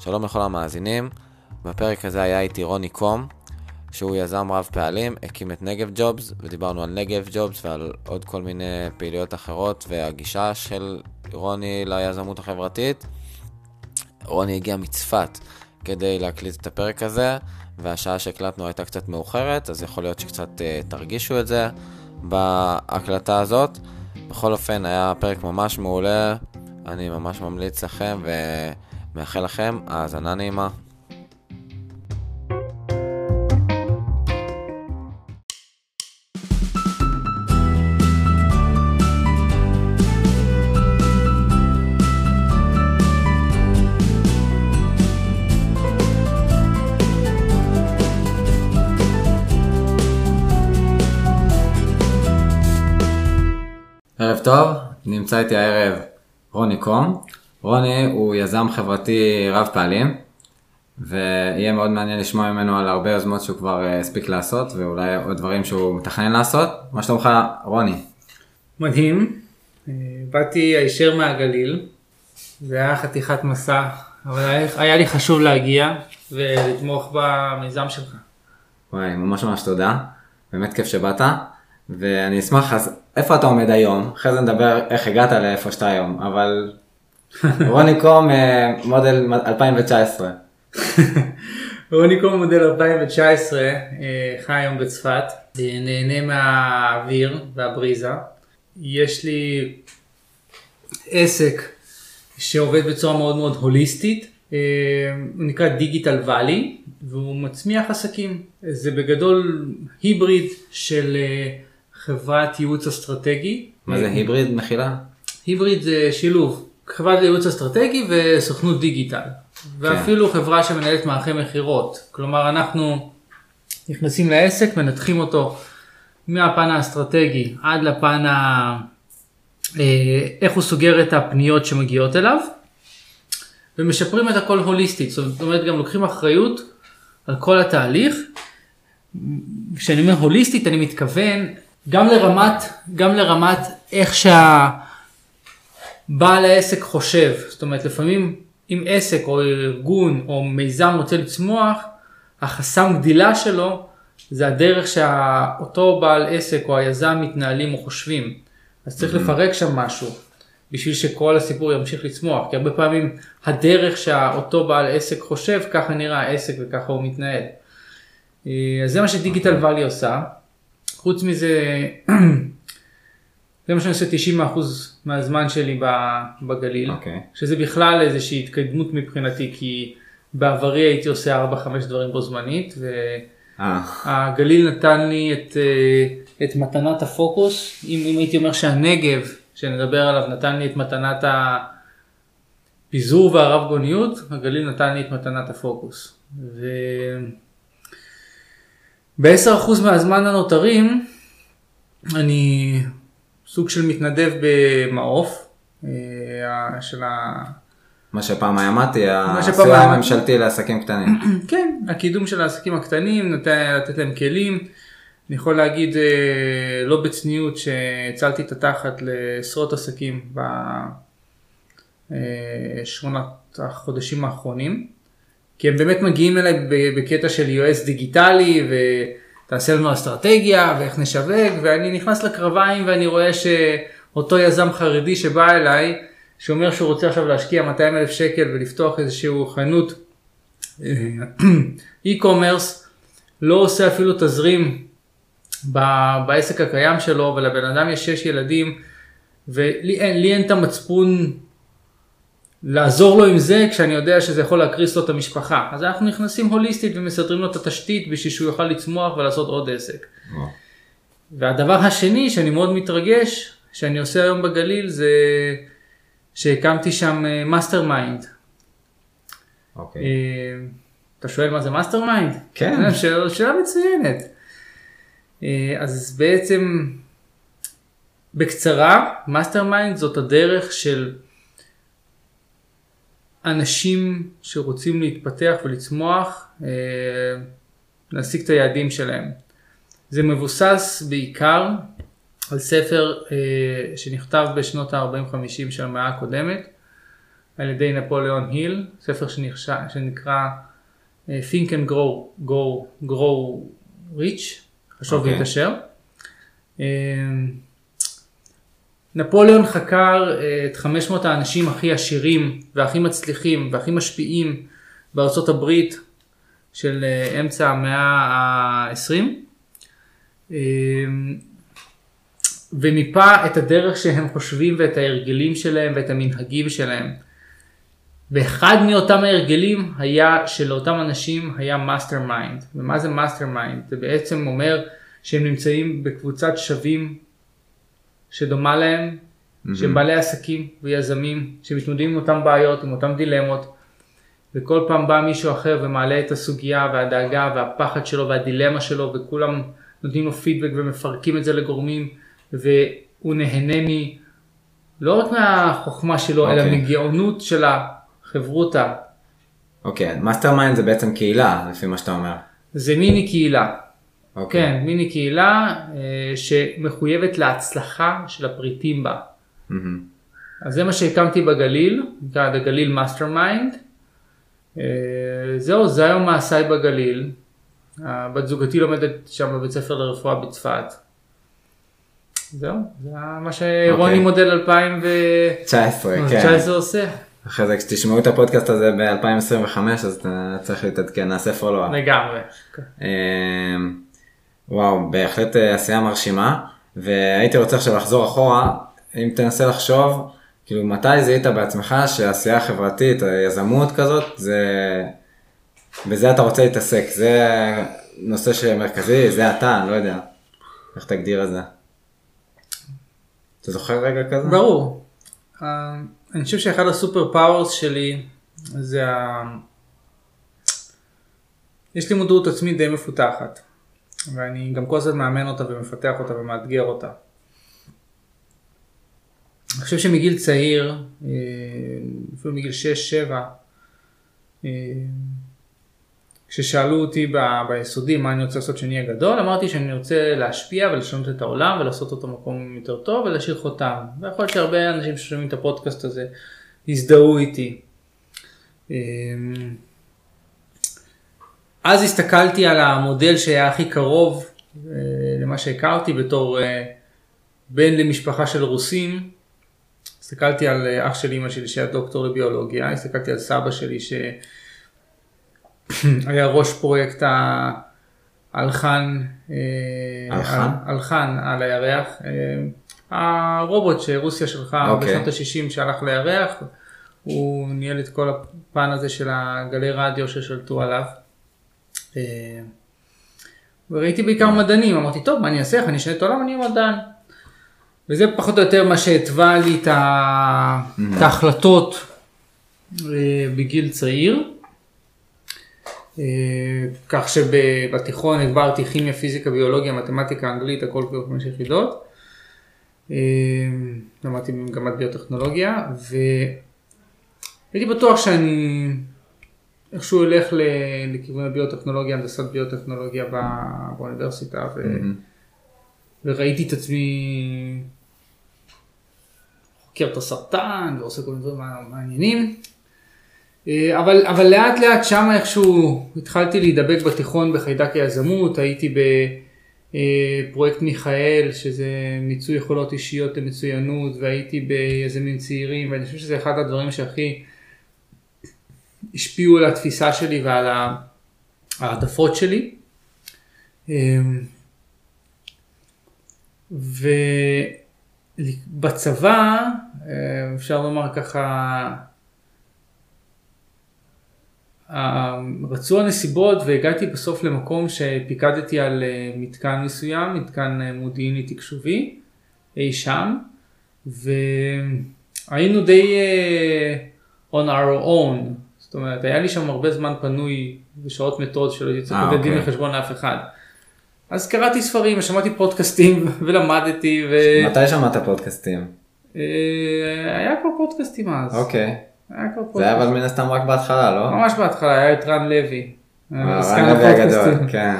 שלום לכל המאזינים. בפרק הזה היה איתי רוני קום, שהוא יזם רב פעלים, הקים את נגב ג'ובס, ודיברנו על נגב ג'ובס ועל עוד כל מיני פעילויות אחרות, והגישה של רוני ליזמות החברתית. רוני הגיע מצפת כדי להקליט את הפרק הזה, והשעה שהקלטנו הייתה קצת מאוחרת, אז יכול להיות שקצת תרגישו את זה בהקלטה הזאת. בכל אופן, היה פרק ממש מעולה, אני ממש ממליץ לכם ומאחל לכם האזנה נעימה. ערב טוב, נמצא איתי הערב רוני קום. רוני הוא יזם חברתי רב פעלים, ויהיה מאוד מעניין לשמוע ממנו על הרבה יוזמות שהוא כבר הספיק לעשות, ואולי עוד דברים שהוא מתכנן לעשות. מה שלומך, רוני? מדהים, באתי הישר מהגליל, זה היה חתיכת מסע, אבל היה לי חשוב להגיע ולתמוך במיזם שלך. וואי, ממש תודה, באמת כיף שבאת. ואני אשמח, אז איפה אתה עומד היום? אחרי זה נדבר איך הגעת לאיפה שאתה היום, אבל רוני קום מודל 2019. רוני קום מודל 2019, חי היום בצפת, נהנה מהאוויר והבריזה. יש לי עסק שעובד בצורה מאוד מאוד הוליסטית, הוא נקרא דיגיטל ואלי, והוא מצמיח עסקים. זה בגדול היבריד של חברת ייעוץ אסטרטגי. מה זה היבריד מכילה? היבריד זה שילוב, חברת ייעוץ אסטרטגי וסוכנות דיגיטל. ואפילו חברה שמנהלת מערכי מחירות. כלומר אנחנו נכנסים לעסק, מנתחים אותו מהפן האסטרטגי עד לפן איך הוא סוגר את הפניות שמגיעות אליו. ומשפרים את הכל הוליסטית. זאת אומרת גם לוקחים אחריות על כל התהליך. כשאני אומר הוליסטית אני מתכוון גם לרמת איך שהבעל העסק חושב. זאת אומרת לפעמים אם עסק או ארגון או מיזם רוצה לצמוח, החסם גדילה שלו זה הדרך שאותו בעל עסק או היזם מתנהלים או חושבים. אז צריך לפרק שם משהו בשביל שכל הסיפור ימשיך לצמוח. כי הרבה פעמים הדרך שאותו בעל עסק חושב, ככה נראה העסק וככה הוא מתנהל. אז זה מה שדיגיטל ואלי עושה. חוץ מזה, זה מה שאני עושה 90% מהזמן שלי בגליל. שזה בכלל איזושהי התקדמות מבחינתי, כי בעברי הייתי עושה 4-5 דברים בו זמנית, והגליל נתן לי את מתנת הפוקוס. אם הייתי אומר שהנגב, שנדבר עליו, נתן לי את מתנת הפיזור והרב גוניות, הגליל נתן לי את מתנת הפוקוס. ב10% מהזמן הנותרים, אני סוג של מתנדב במעוף, מה שפעם היה מתי, הסיוע הממשלתי לעסקים קטנים. כן, הקידום של העסקים הקטנים, לתת להם כלים. אני יכול להגיד לא בצניעות שהצלתי את התחת לעשרות עסקים בשמונת החודשים האחרונים. כי הם באמת מגיעים אליי בקטע של יועץ דיגיטלי ותעשה לנו אסטרטגיה ואיך נשווק, ואני נכנס לקרביים ואני רואה שאותו יזם חרדי שבא אליי, שאומר שהוא רוצה עכשיו להשקיע 200,000 שקל ולפתוח איזשהו חנות e-commerce, לא עושה אפילו תזרים בעסק הקיים שלו, ולבן אדם יש 6 ילדים, ולי אין את המצפון לעזור לו עם זה, כשאני יודע שזה יכול להקריס לו את המשפחה. אז אנחנו נכנסים הוליסטית ומסדרים לו את התשתית, בשביל שהוא יוכל לצמוח ולעשות עוד עסק. והדבר השני שאני מאוד מתרגש, שאני עושה היום בגליל, זה שהקמתי שם מאסטר מיינד. אתה שואל מה זה מאסטר מיינד? כן. שאלה מצוינת. אז בעצם, בקצרה, מאסטר מיינד זאת הדרך של אנשים שרוצים להתפתח ולצמוח, להשיג את היעדים שלהם. זה מבוסס בעיקר על ספר שנכתב בשנות ה-40-50 של המאה הקודמת, על ידי נפוליאון היל, ספר שנקרא Think and Grow Rich, חשוב להתעשר. נפוליאון חקר את 500 האנשים הכי עשירים והכי מצליחים והכי משפיעים בארצות הברית של אמצע המאה ה-20. ומיפה את הדרך שהם חושבים ואת ההרגלים שלהם ואת המנהגים שלהם. ואחד מאותם ההרגלים היה שלאותם אנשים היה מאסטר מיינד. ומה זה מאסטר מיינד? זה בעצם אומר שהם נמצאים בקבוצת שווים שדומה להם, שהם בעלי עסקים ויזמים, שמתמודדים עם אותם בעיות, עם אותם דילמות, וכל פעם בא מישהו אחר ומעלה את הסוגיה והדאגה והפחד שלו והדילמה שלו, וכולם נותנים לו פידבק ומפרקים את זה לגורמים, והוא נהנה לא רק מהחוכמה שלו, אלא מגאונות של החברותה. אוקיי, מאסטר מיינד זה בעצם קהילה, לפי מה שאתה אומר. זה מיני קהילה. כן, מיני קהילה שמחויבת להצלחה של הפריטים בה. אז זה מה שהקמתי בגליל, נקרא הגליל מאסטר מיינד. זהו, זה היום מעשיי בגליל. בת זוגתי לומדת שם בבית ספר לרפואה בצפת. זהו, זה מה שרוני מודל 2019 עושה. אחרי זה כשתשמעו את הפודקאסט הזה ב-2025 אז אתה צריך להתעדכן, נעשה פולו-אפ. לגמרי. וואו, בהחלט עשייה מרשימה, והייתי רוצה עכשיו לחזור אחורה, אם תנסה לחשוב, כאילו מתי זיהית בעצמך שהעשייה החברתית, היזמות כזאת, בזה אתה רוצה להתעסק, זה נושא שמרכזי, זה אתה, לא יודע, איך תגדיר את זה? אתה זוכר רגע כזה? ברור. אני חושב שאחד הסופר פאוורס שלי, זה יש לי מודעות עצמית די מפותחת. ואני גם כל הזמן מאמן אותה ומפתח אותה ומאתגר אותה. אני חושב שמגיל צעיר, אפילו מגיל 6-7, כששאלו אותי ביסודי מה אני רוצה לעשות שאני אהיה גדול, אמרתי שאני רוצה להשפיע ולשנות את העולם ולעשות אותו מקום יותר טוב ולהשאיר חותם. ויכול להיות שהרבה אנשים ששומעים את הפודקאסט הזה הזדהו איתי. אז הסתכלתי על המודל שהיה הכי קרוב למה שהכרתי בתור בן למשפחה של רוסים. הסתכלתי על אח של אמא שלי שהיה דוקטור לביולוגיה, הסתכלתי על סבא שלי שהיה ראש פרויקט האלחן על הירח, הרובוט שרוסיה שלחה בשנות ה-60 שהלך לירח, הוא ניהל את כל הפן הזה של הגלי רדיו ששלטו עליו. וראיתי בעיקר מדענים, אמרתי טוב מה אני אעשה, איך אני אשנה את העולם, אני אהיה מדען. וזה פחות או יותר מה שהתווה לי את ההחלטות בגיל צעיר. כך שבתיכון הגברתי כימיה, פיזיקה, ביולוגיה, מתמטיקה, אנגלית, הכל כבר 5 יחידות. למדתי במגמת ביוטכנולוגיה, והייתי בטוח שאני איכשהו אלך לכיוון הביוטכנולוגיה, הנדסת ביוטכנולוגיה באוניברסיטה, וראיתי את עצמי חוקר את הסרטן ועושה כל מיני דברים מעניינים. אבל לאט לאט שם איכשהו התחלתי להידבק בתיכון בחיידק היזמות, הייתי בפרויקט מיכאל שזה מיצוי יכולות אישיות למצוינות, והייתי ביזמים צעירים, ואני חושב שזה אחד הדברים שהכי השפיעו על התפיסה שלי ועל העדפות שלי. ובצבא אפשר לומר ככה, רצו הנסיבות והגעתי בסוף למקום שפיקדתי על מתקן מסוים, מתקן מודיעיני תקשובי אי שם, והיינו די on our own, זאת אומרת היה לי שם הרבה זמן פנוי ושעות מתות שלא הייתי צריך לתת דין לחשבון לאף אחד. אז קראתי ספרים ושמעתי פודקאסטים ולמדתי. מתי שמעת פודקאסטים? היה כבר פודקאסטים אז. אוקיי. זה היה אבל מן הסתם רק בהתחלה, לא? ממש בהתחלה, היה את רן לוי. רן לוי הגדול, כן.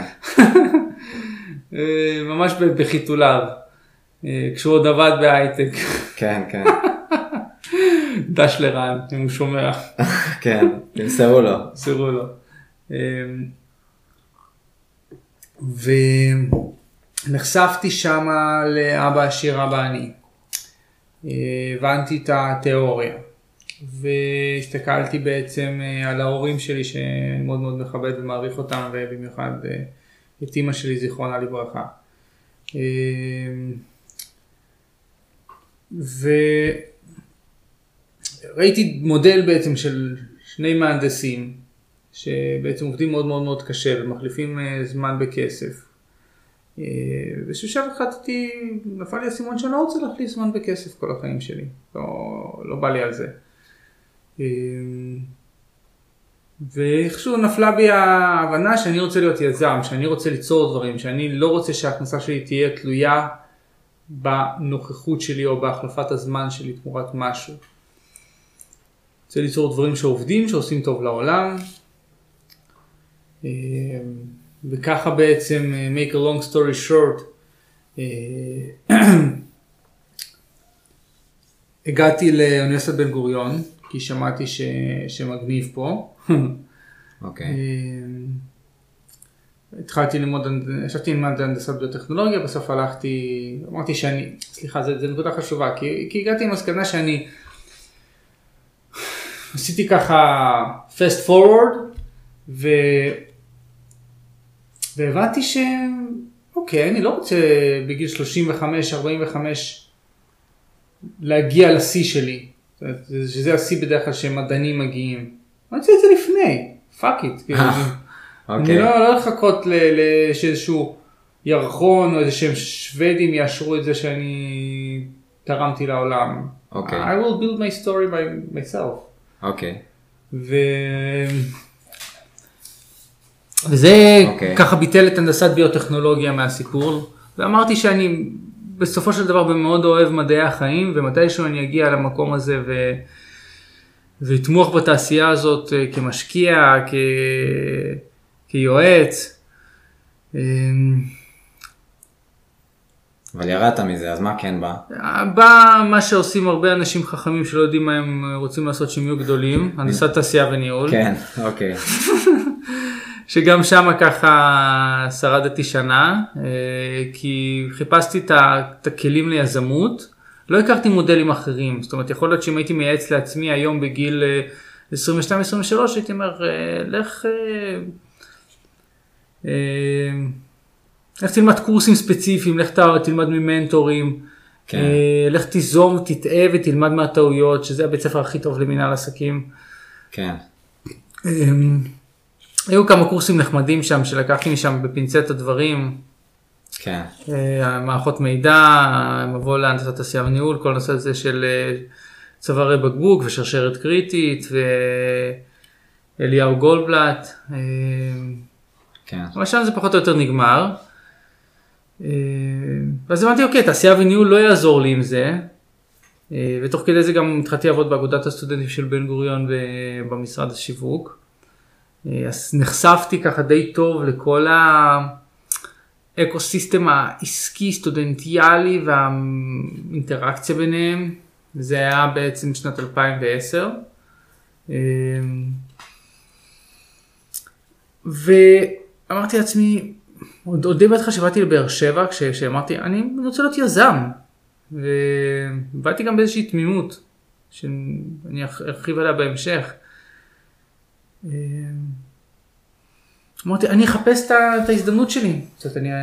ממש בחיתוליו, כשהוא עוד עבד בהייטק. כן, כן. דש לרן, אם הוא שומע. כן, תמסרו לו. תמסרו לו. ונחשפתי שם לאבא עשיר אבא עני. הבנתי את התיאוריה. והסתכלתי בעצם על ההורים שלי שאני מאוד מאוד מכבד ומעריך אותם, ובמיוחד את אמא שלי זיכרונה לברכה. וראיתי מודל בעצם של שני מהנדסים שבעצם עובדים מאוד מאוד מאוד קשה ומחליפים זמן בכסף. וששב החלטתי, נפל לי הסימון שאני לא רוצה להחליף זמן בכסף כל החיים שלי, לא בא לי על זה. ואיכשהו נפלה בי ההבנה שאני רוצה להיות יזם, שאני רוצה ליצור דברים, שאני לא רוצה שההכנסה שלי תהיה תלויה בנוכחות שלי או בהחלפת הזמן שלי תמורת משהו. רוצה ליצור דברים שעובדים, שעושים טוב לעולם. וככה בעצם, make a long story short, הגעתי לאוניברסיטת בן גוריון, כי שמעתי שמגניב פה. אוקיי. התחלתי ללמוד, ישבתי ללמוד הנדסת ביוטכנולוגיה, בסוף הלכתי, אמרתי שאני, סליחה, זה נקודה חשובה, כי הגעתי עם מסקנה שאני עשיתי ככה fast forward, והבנתי אוקיי, אני לא רוצה בגיל 35-45 להגיע לשיא שלי, שזה השיא בדרך כלל שמדענים מגיעים. אני רוצה את זה לפני, fuck it. אני לא לחכות לאיזשהו ירחון או איזה שהם שוודים יאשרו את זה שאני תרמתי לעולם. I will build my story by myself. אוקיי. וזה ככה ביטל את הנדסת ביוטכנולוגיה מהסיפור, ואמרתי שאני בסופו של דבר מאוד אוהב מדעי החיים, ומתישהו אני אגיע למקום הזה ויתמוך בתעשייה הזאת כמשקיע, כיועץ. אבל ירדת מזה, אז מה כן בא? בא מה שעושים הרבה אנשים חכמים שלא יודעים מה הם רוצים לעשות שהם יהיו גדולים, הנדסת תעשייה וניהול. כן, אוקיי. שגם שם ככה שרדתי שנה, כי חיפשתי את הכלים ליזמות, לא הכרתי מודלים אחרים, זאת אומרת יכול להיות שאם הייתי מייעץ לעצמי היום בגיל 22-23, הייתי אומר, לך תלמד קורסים ספציפיים, לך תלמד ממנטורים, לך תיזום, תטעה ותלמד מהטעויות, שזה הבית ספר הכי טוב למנהל עסקים. כן. היו כמה קורסים נחמדים שם, שלקחתי משם בפינצט הדברים. כן. מערכות מידע, מבוא להנדסת תעשייה וניהול, כל נושא הזה של צווארי בקבוק ושרשרת קריטית, ואליהו גולדבלט. כן. אבל שם זה פחות או יותר נגמר. ואז אמרתי, אוקיי, תעשייה וניהול לא יעזור לי עם זה. ותוך כדי זה גם התחלתי לעבוד באגודת הסטודנטים של בן גוריון במשרד השיווק. אז נחשפתי ככה די טוב לכל האקוסיסטם העסקי, סטודנטיאלי והאינטראקציה ביניהם. זה היה בעצם שנת 2010. ואמרתי לעצמי, עוד די בהתחלה שבאתי לבאר שבע, כשאמרתי, אני רוצה להיות יזם. ובאתי גם באיזושהי תמימות, שאני ארחיב עליה בהמשך. אמרתי, אני אחפש את ההזדמנות שלי. זאת אני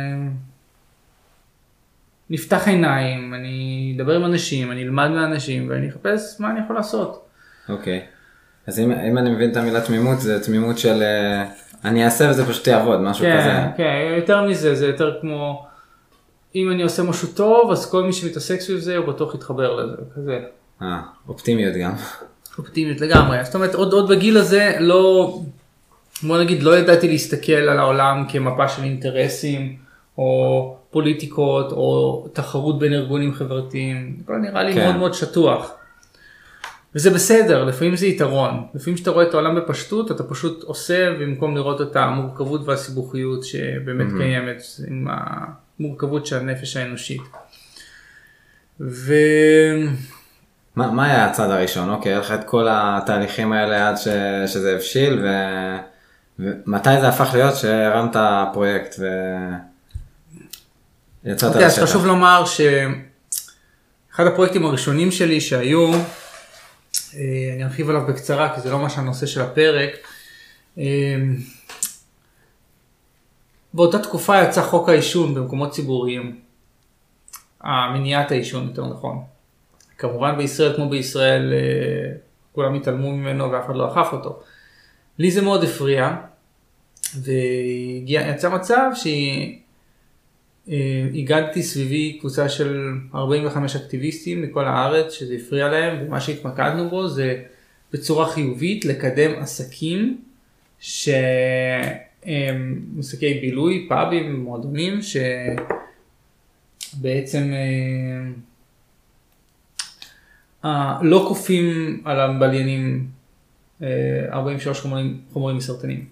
נפתח עיניים, אני אדבר עם אנשים, אני אלמד מהאנשים, ואני אחפש מה אני יכול לעשות. אוקיי. אז אם אני מבין את המילה תמימות, זה תמימות של אני אעשה וזה פשוט יעבוד, משהו כזה. כן, יותר מזה, זה יותר כמו, אם אני עושה משהו טוב, אז כל מי שמתעסק סביב זה, הוא בטוח יתחבר לזה, כזה. אופטימיות גם. אופטימיות לגמרי. זאת אומרת, עוד בגיל הזה, בוא נגיד, לא ידעתי להסתכל על העולם כמפה של אינטרסים, או פוליטיקות, או תחרות בין ארגונים חברתיים. הכל נראה לי מאוד מאוד שטוח. וזה בסדר, לפעמים זה יתרון. לפעמים שאתה רואה את העולם בפשטות, אתה פשוט עושה, במקום לראות את המורכבות והסיבוכיות שבאמת קיימת, עם המורכבות של הנפש האנושית. מה היה הצעד הראשון? אוקיי, היה לך את כל התהליכים האלה עד שזה הבשיל, ומתי זה הפך להיות שהרמת הפרויקט ויצאת אוקיי, אז לשטח? חשוב לומר שאחד הפרויקטים הראשונים שלי שהיו, אני ארחיב עליו בקצרה כי זה לא ממש הנושא של הפרק, באותה תקופה יצא חוק העישון במקומות ציבוריים, מניעת העישון יותר נכון. כמובן בישראל כמו בישראל כולם התעלמו ממנו ואף אחד לא אכף אותו. לי זה מאוד הפריע, ויצא מצב שהגעתי סביבי קבוצה של 45 אקטיביסטים מכל הארץ שזה הפריע להם, ומה שהתמקדנו בו זה בצורה חיובית לקדם עסקים עסקי בילוי, פאבים, מועדונים שבעצם לא כופים על הבליינים 43 חומרים מסרטנים.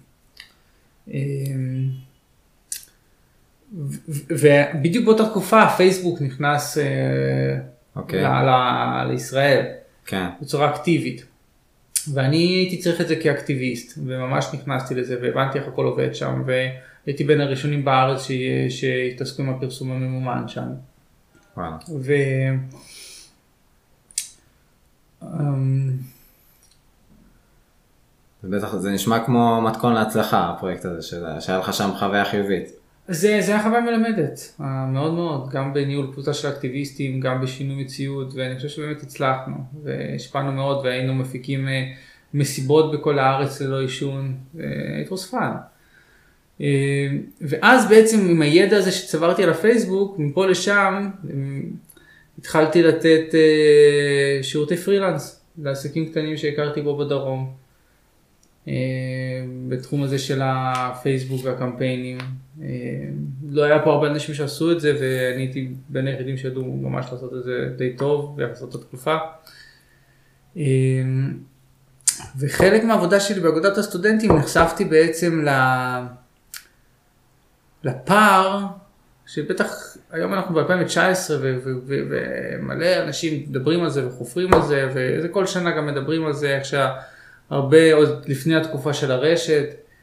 ובדיוק באותה תקופה הפייסבוק נכנס לישראל בצורה אקטיבית. ואני הייתי צריך את זה כאקטיביסט, וממש נכנסתי לזה והבנתי איך הכל עובד שם, והייתי בין הראשונים בארץ שהתעסקו עם הפרסום הממומן שם. בטח זה נשמע כמו מתכון להצלחה הפרויקט הזה, שהיה לך שם חוויה חיובית. זה היה חוויה מלמדת, מאוד מאוד, גם בניהול קבוצה של אקטיביסטים, גם בשינוי מציאות, ואני חושב שבאמת הצלחנו, והשפענו מאוד, והיינו מפיקים מסיבות בכל הארץ ללא עישון, it was fun. ואז בעצם עם הידע הזה שצברתי על הפייסבוק, מפה לשם, התחלתי לתת שירותי פרילנס, לעסקים קטנים שהכרתי בו בדרום. בתחום הזה של הפייסבוק והקמפיינים. לא היה פה הרבה אנשים שעשו את זה, ואני הייתי בין היחידים שידעו ממש לעשות את זה די טוב, ולעשות את התקופה. וחלק מהעבודה שלי באגודת הסטודנטים נחשפתי בעצם לפער, שבטח היום אנחנו ב-2019 ומלא אנשים מדברים על זה וחופרים על זה, וזה כל שנה גם מדברים על זה, איך הרבה עוד לפני התקופה של הרשת,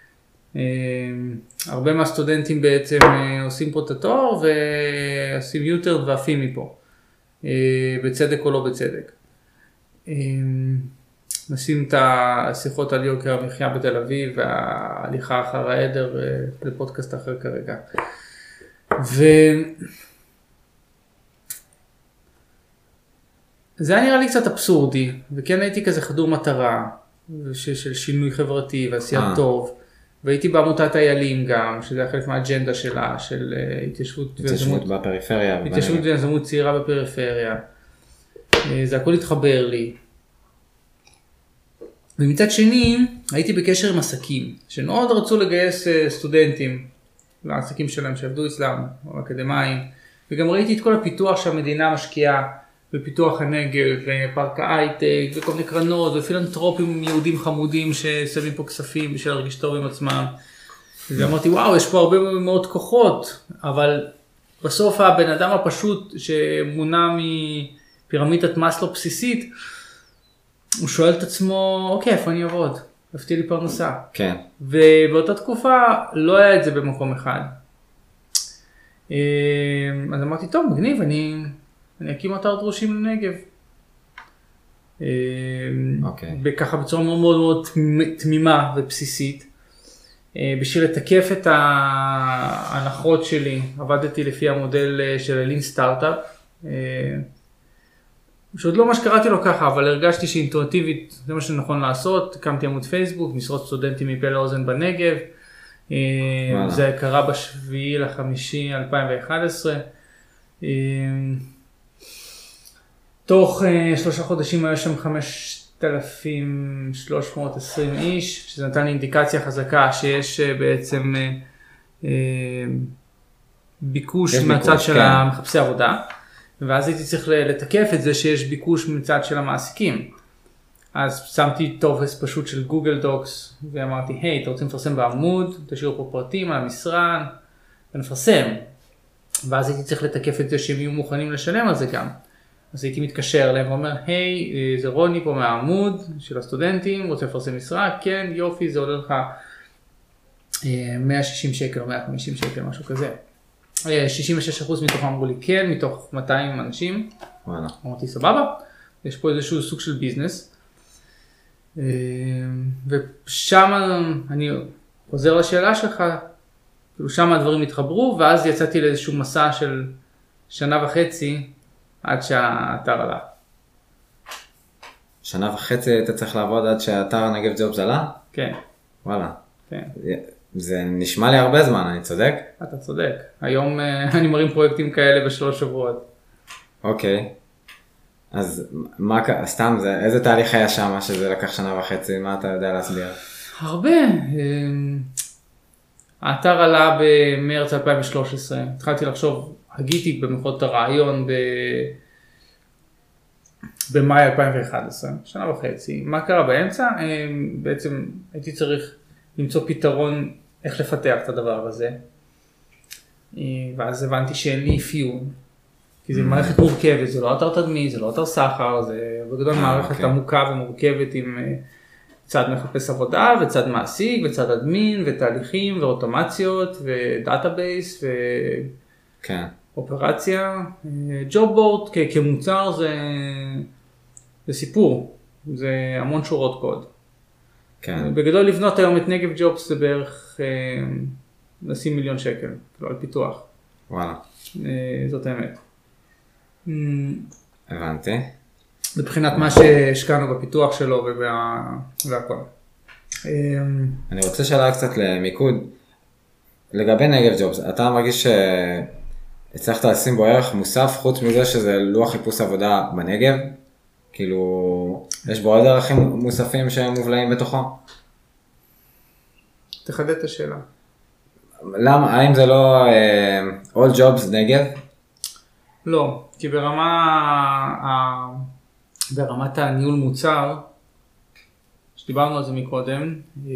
הרבה מהסטודנטים בעצם עושים פה את התואר ועושים יוטרד ועפים מפה, בצדק או לא בצדק. נשים את השיחות על יוקר המחיה בתל אביב וההליכה אחר העדר לפודקאסט אחר כרגע. זה היה נראה לי קצת אבסורדי, וכן הייתי כזה חדור מטרה של שינוי חברתי ועשיית טוב, והייתי בעמותת איילים גם, שזה היה חלק מהאג'נדה שלה, של התיישבות בפריפריה. התיישבות ויזמות צעירה בפריפריה. זה הכל התחבר לי. ומצד שני, הייתי בקשר עם עסקים, שמאוד רצו לגייס סטודנטים לעסקים שלהם שעבדו אצלם, או אקדמיים, וגם ראיתי את כל הפיתוח שהמדינה משקיעה, בפיתוח הנגב, ופארק ההייטק, וכל מיני קרנות, ופילנטרופים יהודים חמודים ששמים פה כספים בשביל להרגיש טוב עם עצמם. ואמרתי, וואו, יש פה הרבה מאוד כוחות, אבל בסוף הבן אדם הפשוט שמונע מפירמידת מאסלו בסיסית, הוא שואל את עצמו, אוקיי, איפה אני אעבוד? איפה תהיה לי פרנסה? כן. ובאותה תקופה לא היה את זה במקום אחד. אז אמרתי, טוב, מגניב, אני אקים אתר דרושים לנגב. ככה בצורה מאוד מאוד תמימה ובסיסית. בשביל לתקף את ההנחות שלי, עבדתי לפי המודל של לין סטארט-אפ. שעוד לא מה שקראתי לו ככה, אבל הרגשתי שאינטואיטיבית זה מה שנכון לעשות. הקמתי עמוד פייסבוק, משרות סטודנטים מפה לאוזן בנגב. זה קרה ב7.5.2011. תוך 3 חודשים היה שם 5,320 איש, שזה נתן לי אינדיקציה חזקה שיש בעצם ביקוש מהצד של המחפשי עבודה. ואז הייתי צריך לתקף את זה שיש ביקוש מצד של המעסיקים. אז שמתי טופס פשוט של גוגל דוקס, ואמרתי, היי, אתה רוצים לפרסם בעמוד, תשאירו פה פרטים על המשרה, ונפרסם. ואז הייתי צריך לתקף את זה שהם יהיו מוכנים לשלם על זה גם. אז הייתי מתקשר אליהם ואומר, היי, זה רוני פה מהעמוד של הסטודנטים, רוצה לפרסם משרה? כן, יופי, זה עולה לך 160 שקל או 150 שקל, משהו כזה. 66% מתוכם אמרו לי כן, מתוך 200 אנשים. וואלה. אמרתי, סבבה, יש פה איזשהו סוג של ביזנס. ושם אני חוזר לשאלה שלך, כאילו שם הדברים התחברו, ואז יצאתי לאיזשהו מסע של 1.5 שנה עד שהאתר עלה. 1.5 שנה היית צריך לעבוד עד שהאתר נגב ג'ובס עלה? כן. וואלה. כן. זה נשמע לי הרבה זמן, אני צודק? אתה צודק. היום אני מרים פרויקטים כאלה ב3 שבועות. אוקיי. אז סתם, איזה תהליך היה שם שזה לקח 1.5 שנה? מה אתה יודע להסביר? הרבה. האתר עלה במרץ 2013. התחלתי לחשוב, הגיתי במחוז את הרעיון במאי 2011, 1.5 שנה. מה קרה באמצע? בעצם הייתי צריך למצוא פתרון איך לפתח את הדבר הזה. ואז הבנתי שאין לי אפיון. כי זו מערכת מורכבת, זה לא אתר תדמי, זה לא אתר סחר, זה בגדול מערכת עמוקה ומורכבת עם צד מחפש עבודה וצד מעסיק וצד אדמין ותהליכים ואוטומציות ודאטאבייס ואופרציה. ג'וב בורד כמוצר זה סיפור, זה המון שורות קוד. בגדול לבנות היום את נגב ג'ובס זה בערך לשים 1 מיליון שקל, לא על פיתוח. וואלה. זאת האמת. הבנתי. מבחינת מה שהשקענו בפיתוח שלו והכל. אני רוצה שאלה קצת למיקוד. לגבי נגב ג'ובס, אתה מרגיש שהצלחת לשים בו ערך מוסף חוץ מזה שזה לוח חיפוש עבודה בנגב? כאילו, יש בו עוד ערכים מוספים שהם מובלעים בתוכו? תחדד את השאלה. למה? האם זה לא all jobs נגב? לא, כי ברמת הניהול מוצר, שדיברנו על זה מקודם,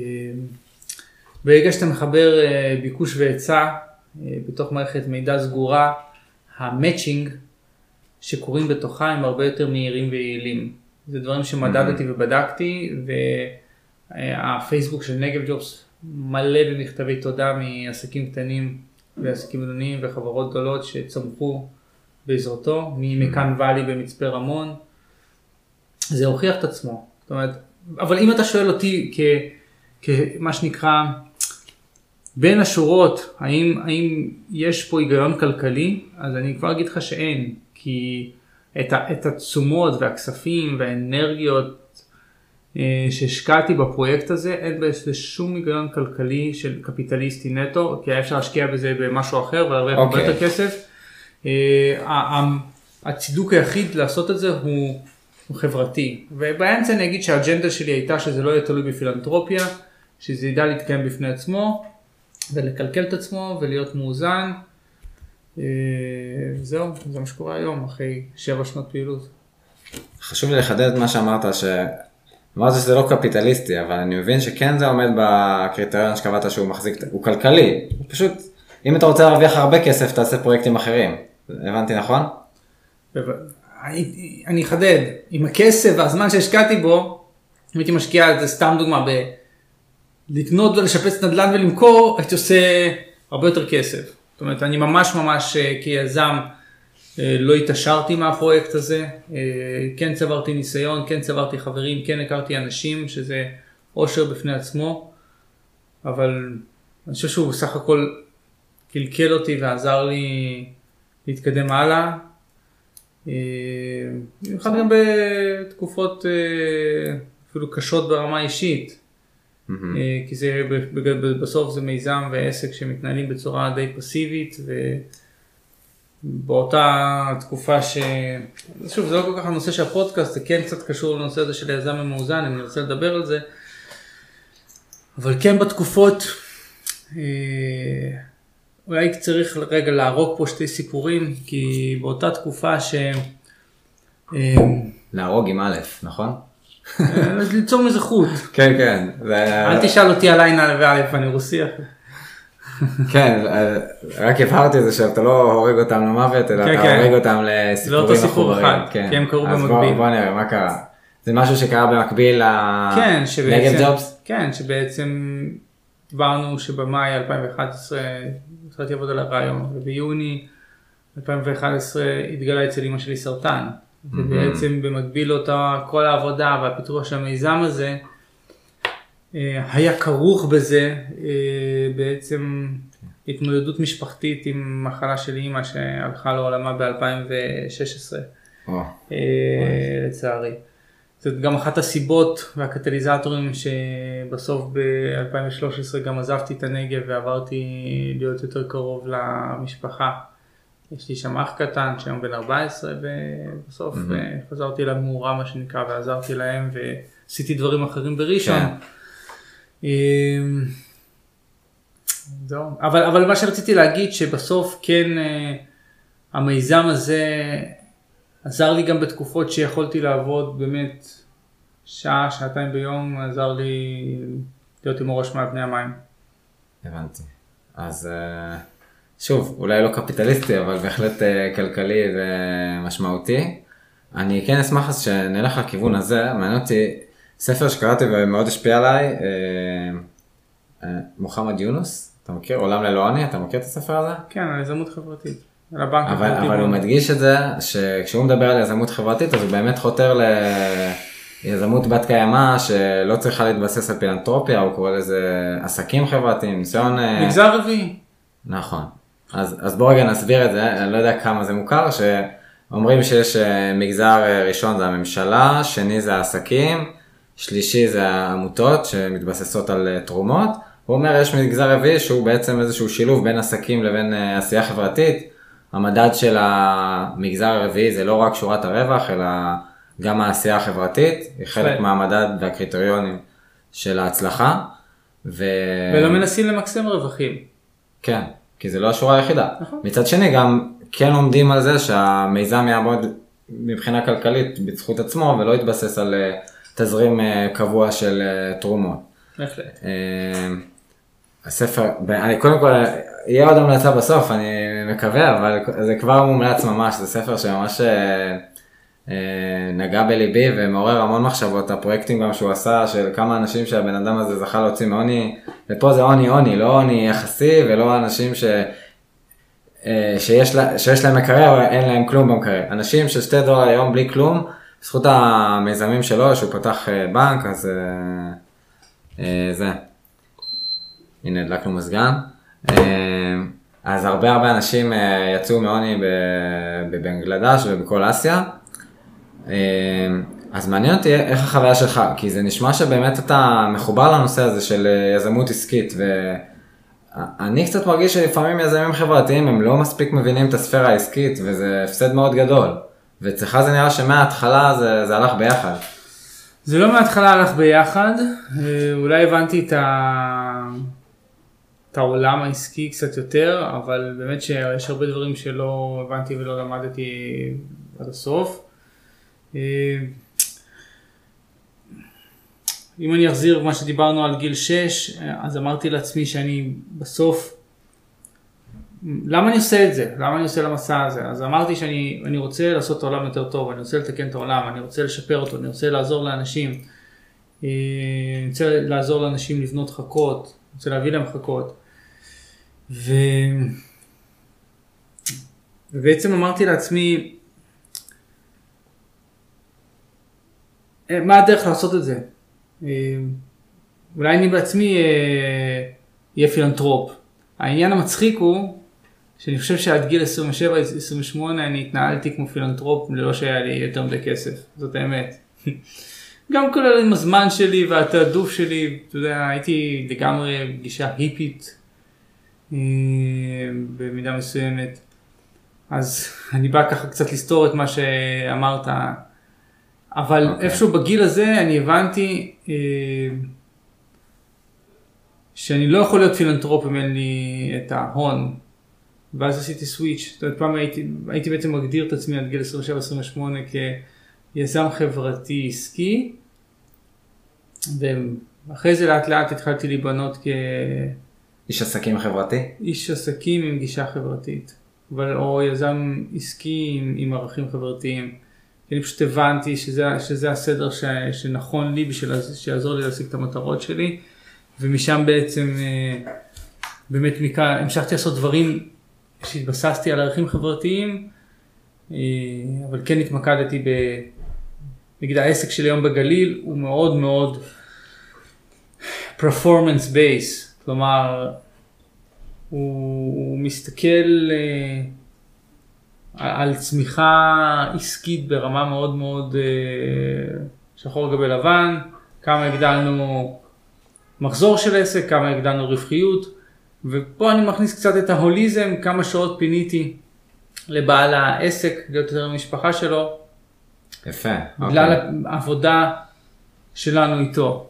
ברגע שאתה מחבר ביקוש והיצע בתוך מערכת מידע סגורה, המאצ'ינג שקורים בתוכה הם הרבה יותר מהירים ויעילים. זה דברים שמדדתי ובדקתי, והפייסבוק של נגב ג'ובס מלא במכתבי תודה מעסקים קטנים ועסקים בינוניים וחברות גדולות שצמחו בעזרתו, ממכאן ואלי במצפה רמון. זה הוכיח את עצמו. זאת אומרת, אבל אם אתה שואל אותי כמה שנקרא בין השורות, האם יש פה היגיון כלכלי, אז אני כבר אגיד לך שאין, כי את התשומות והכספים והאנרגיות שהשקעתי בפרויקט הזה, אין בזה שום היגיון כלכלי של קפיטליסטי נטו, כי היה אפשר להשקיע בזה במשהו אחר ולהרוויח הרבה יותר כסף. הצידוק היחיד לעשות את זה הוא חברתי, ובאמצע אני אגיד שהאג'נדה שלי הייתה שזה לא יהיה תלוי בפילנטרופיה, שזה ידע להתקיים בפני עצמו ולקלקל את עצמו ולהיות מאוזן. זהו, זה מה שקורה היום אחרי 7 שנות פעילות. חשוב לי לחדד את מה שאמרת, אמרת שזה לא קפיטליסטי, אבל אני מבין שכן זה עומד בקריטריון שקבעת שהוא מחזיק, הוא כלכלי, פשוט אם אתה רוצה להרוויח הרבה כסף תעשה פרויקטים אחרים, הבנתי נכון? אני אחדד, עם הכסף והזמן שהשקעתי בו, אם הייתי משקיע, זה סתם דוגמה, לקנות ולשפץ נדל"ן ולמכור, הייתי עושה הרבה יותר כסף. זאת אומרת, אני ממש כיזם לא התעשרתי מהפרויקט הזה, כן צברתי ניסיון, כן צברתי חברים, כן הכרתי אנשים, שזה עושר בפני עצמו, אבל אני חושב שהוא בסך הכל קלקל אותי ועזר לי להתקדם הלאה. במיוחד גם בתקופות אפילו קשות ברמה אישית, כי זה בסוף זה מיזם ועסק שמתנהלים בצורה די פסיבית, ובאותה תקופה שוב זה לא כל כך הנושא של הפודקאסט, זה כן קצת קשור לנושא הזה של היזם המאוזן, אני רוצה לדבר על זה, אבל כן בתקופות אולי צריך רגע להרוג פה 2 סיפורים, כי באותה תקופה להרוג עם א', נכון? אז ליצור מזה חוט. כן, כן. אל תשאל אותי על עין וא', אני רוסי. כן, רק הבהרתי את זה שאתה לא הורג אותם למוות, אלא אתה הורג אותם לסיפורים זה אותו סיפור מחוברים. אחד, כי הם קרו במקביל. אז בוא נראה, מה קרה? זה משהו שקרה במקביל לנגב ג'ובס? כן, שבעצם דיברנו שבמאי 2011 התחלתי לעבוד על הרעיון, וביוני 2011 התגלה אצל אמא שלי סרטן. ובעצם במקביל אותה כל העבודה והפיתוח של המיזם הזה, היה כרוך בזה בעצם התמודדות משפחתית עם מחלה של אמא שהלכה לעולמה ב-2016, לצערי. זאת גם אחת הסיבות והקטליזטורים שבסוף ב-2013 גם עזבתי את הנגב ועברתי להיות יותר קרוב למשפחה. יש לי שם אח קטן שהיום בן 14 ובסוף חזרתי למאורה מה שנקרא ועזרתי להם ועשיתי דברים אחרים בראשון. אבל מה שרציתי להגיד שבסוף כן המיזם הזה עזר לי גם בתקופות שיכולתי לעבוד באמת שעה, שעתיים ביום, עזר לי להיות עם הראש מעל פני המים. הבנתי. אז שוב, אולי לא קפיטליסטי, אבל בהחלט כלכלי ומשמעותי. אני כן אשמח אז שנלך לכיוון הזה, מעניין אותי ספר שקראתי ומאוד השפיע עליי, מוחמד יונוס, אתה מכיר? עולם ללא עוני, אתה מכיר את הספר הזה? כן, על יזמות חברתית. אבל הוא מדגיש את זה, שכשהוא מדבר על יזמות חברתית, אז הוא באמת חותר ליזמות בת קיימא, שלא צריכה להתבסס על פילנתרופיה, הוא קורא לזה עסקים חברתיים, ניסיון... מגזר רביעי. נכון. אז בוא רגע נסביר את זה, אני לא יודע כמה זה מוכר, שאומרים שיש מגזר ראשון זה הממשלה, שני זה העסקים, שלישי זה העמותות שמתבססות על תרומות, הוא אומר יש מגזר רביעי שהוא בעצם איזשהו שילוב בין עסקים לבין עשייה חברתית, המדד של המגזר הרביעי זה לא רק שורת הרווח, אלא גם העשייה החברתית, היא חלק מהמדד והקריטריונים של ההצלחה. ולא מנסים למקסם רווחים. כן, כי זה לא השורה היחידה. נכון. מצד שני גם כן עומדים על זה שהמיזם יעמוד מבחינה כלכלית בזכות עצמו, ולא יתבסס על תזרים קבוע של תרומות. בהחלט. הספר, קודם כל, יהיה עוד המלצה בסוף, אני מקווה, אבל זה כבר מומלץ ממש, זה ספר שממש נגע בליבי ומעורר המון מחשבות, הפרויקטים גם שהוא עשה, של כמה אנשים שהבן אדם הזה זכה להוציא מעוני, ופה זה עוני, לא עוני יחסי, ולא אנשים שיש להם מקרר, אין להם כלום במקרר. אנשים של $2 היום בלי כלום, בזכות המיזמים שלו, שהוא פתח בנק, אז זה. הנה, הדלקנו מזגן. אז הרבה אנשים יצאו מעוני בבנגלדש ובכל אסיה. אז מעניין אותי איך החוויה שלך, כי זה נשמע שבאמת אתה מחובר לנושא הזה של יזמות עסקית, ואני קצת מרגיש שלפעמים יזמים חברתיים הם לא מספיק מבינים את הספירה העסקית, וזה הפסד מאוד גדול. ואצלך זה נראה שמההתחלה זה הלך ביחד. זה לא מההתחלה הלך ביחד, אולי הבנתי את העולם העסקי קצת יותר, אבל באמת שיש הרבה דברים שלא הבנתי ולא למדתי עד הסוף. אם אני אחזיר מה שדיברנו על גיל 6, אז אמרתי לעצמי שאני בסוף, למה אני עושה את זה? למה אני עושה למסע הזה? אז אמרתי שאני רוצה לעשות את העולם יותר טוב, אני רוצה לתקן את העולם, אני רוצה לשפר אותו, אני רוצה לעזור לאנשים, אני רוצה לעזור לאנשים לבנות חכות, אני רוצה להביא להם חכות. ובעצם אמרתי לעצמי, מה הדרך לעשות את זה? אולי אני בעצמי אהיה פילנטרופ. העניין המצחיק הוא, שאני חושב שעד גיל 27-28 אני התנהלתי כמו פילנטרופ ללא שהיה לי יותר מדי כסף, זאת האמת. גם כולל עם הזמן שלי והתעדוף שלי, אתה יודע, הייתי לגמרי גישה היפית במידה מסוימת. אז אני בא ככה קצת לסתור את מה שאמרת, אבל איפשהו בגיל הזה אני הבנתי שאני לא יכול להיות פילנטרופ אם אין לי את ההון. ואז עשיתי סוויץ'. זאת אומרת, פעם הייתי בעצם מגדיר את עצמי עד גיל 27-28 כיזם חברתי עסקי, ואחרי זה לאט לאט התחלתי להיבנות איש עסקים חברתי? איש עסקים עם גישה חברתית, או יזם עסקי עם ערכים חברתיים. אני פשוט הבנתי שזה הסדר שנכון לי בשביל שיעזור לי להשיג את המטרות שלי, ומשם בעצם באמת המשכתי לעשות דברים שהתבססתי על ערכים חברתיים, אבל כן התמקדתי נגיד העסק שלי היום בגליל הוא מאוד מאוד performance based, כלומר הוא מסתכל על צמיחה עסקית ברמה מאוד מאוד שחור גבי לבן, כמה הגדלנו מחזור של עסק, כמה הגדלנו רווחיות, ופה אני מכניס קצת את ההוליזם, כמה שעות פיניתי לבעל העסק, להיות יותר המשפחה שלו, יפה. בגלל העבודה שלנו איתו.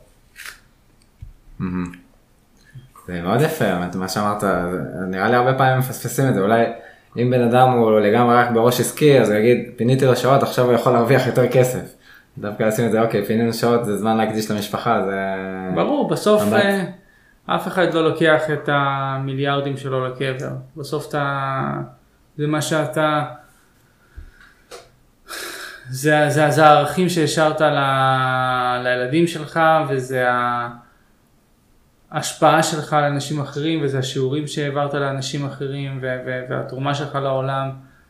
זה מאוד יפה, מה שאמרת, נראה לי הרבה פעמים מפספסים את זה, אולי אם בן אדם הוא לגמרי רק בראש עסקי, אז הוא יגיד, פיניתי לו שעות, עכשיו הוא יכול להרוויח יותר כסף. דווקא לשים את זה, אוקיי, פינינו שעות, זה זמן להקדיש למשפחה, זה... ברור, בסוף אף אחד לא לוקח את המיליארדים שלו לקבר. בסוף זה מה שאתה... זה הערכים שהשארת לילדים שלך, וזה ההשפעה שלך לאנשים אחרים, וזה השיעורים שהעברת לאנשים אחרים, והתרומה שלך לעולם.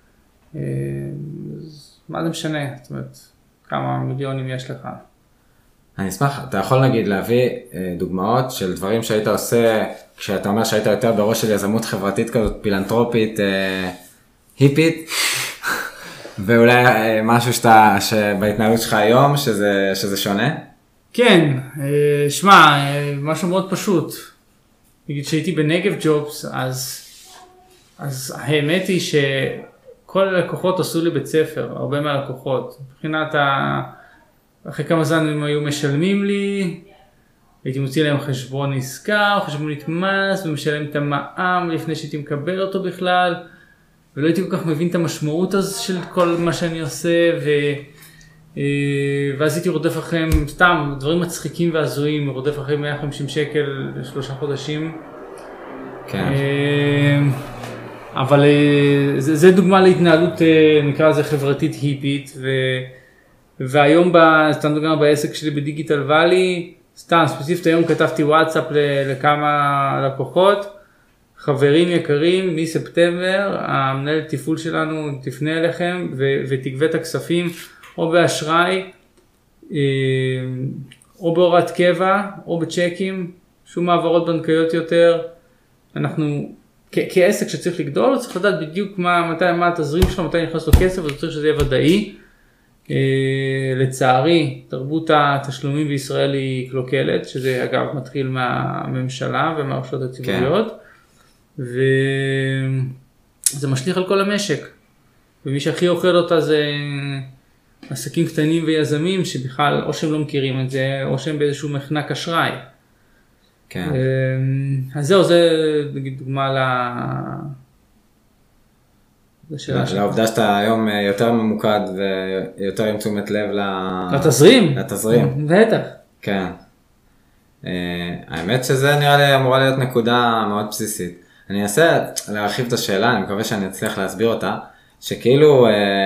מה זה משנה? זאת אומרת, כמה מיליונים יש לך. אני אשמח, אתה יכול נגיד להביא דוגמאות של דברים שהיית עושה, כשאתה אומר שהיית יותר בראש של יזמות חברתית כזאת, פילנטרופית, היפית, ואולי משהו שבהתנהלות שלך היום, שזה שונה? כן, שמע, משהו מאוד פשוט. נגיד שהייתי בנגב ג'ובס, אז האמת היא שכל הלקוחות עשו לי בית ספר, הרבה מהלקוחות. מבחינת אחרי כמה זמן הם היו משלמים לי, הייתי מוציא להם חשבון עסקה, או חשבונית מס, ומשלם את המע"מ לפני שהייתי מקבל אותו בכלל, ולא הייתי כל כך מבין את המשמעות אז של כל מה שאני עושה, ואז הייתי רודף אחריהם, סתם, דברים מצחיקים והזויים, רודף אחריהם 150 שקל ל3 חודשים. כן. אבל זה דוגמה להתנהלות, נקרא לזה חברתית היפית, והיום סתם דוגמה בעסק שלי בדיגיטל ואלי, סתם ספציפית היום כתבתי וואטסאפ לכמה לקוחות, חברים יקרים, מספטמבר המנהל תפעול שלנו תפנה אליכם ותגבה את הכספים או באשראי או בהוראת קבע או בצ'קים, שום מעברות בנקאיות יותר. אנחנו כעסק שצריך לגדול, צריך לדעת בדיוק מה התזרים שלו, מתי נכנס לו כסף, אז צריך שזה יהיה ודאי. לצערי, תרבות התשלומים בישראל היא קלוקלת, שזה אגב מתחיל מהממשלה ומהרשויות הציבוריות, וזה משליך על כל המשק. ומי שהכי אוכל אותה זה עסקים קטנים ויזמים, שבכלל או שהם לא מכירים את זה, או שהם באיזשהו מחנק אשראי. כן. אז זהו, זה נגיד דוגמה לעובדה שאתה היום יותר ממוקד ויותר עם תשומת לב לתזרים. בטח. כן. האמת שזה נראה לי אמורה להיות נקודה מאוד בסיסית. אני אנסה להרחיב את השאלה, אני מקווה שאני אצליח להסביר אותה, שכאילו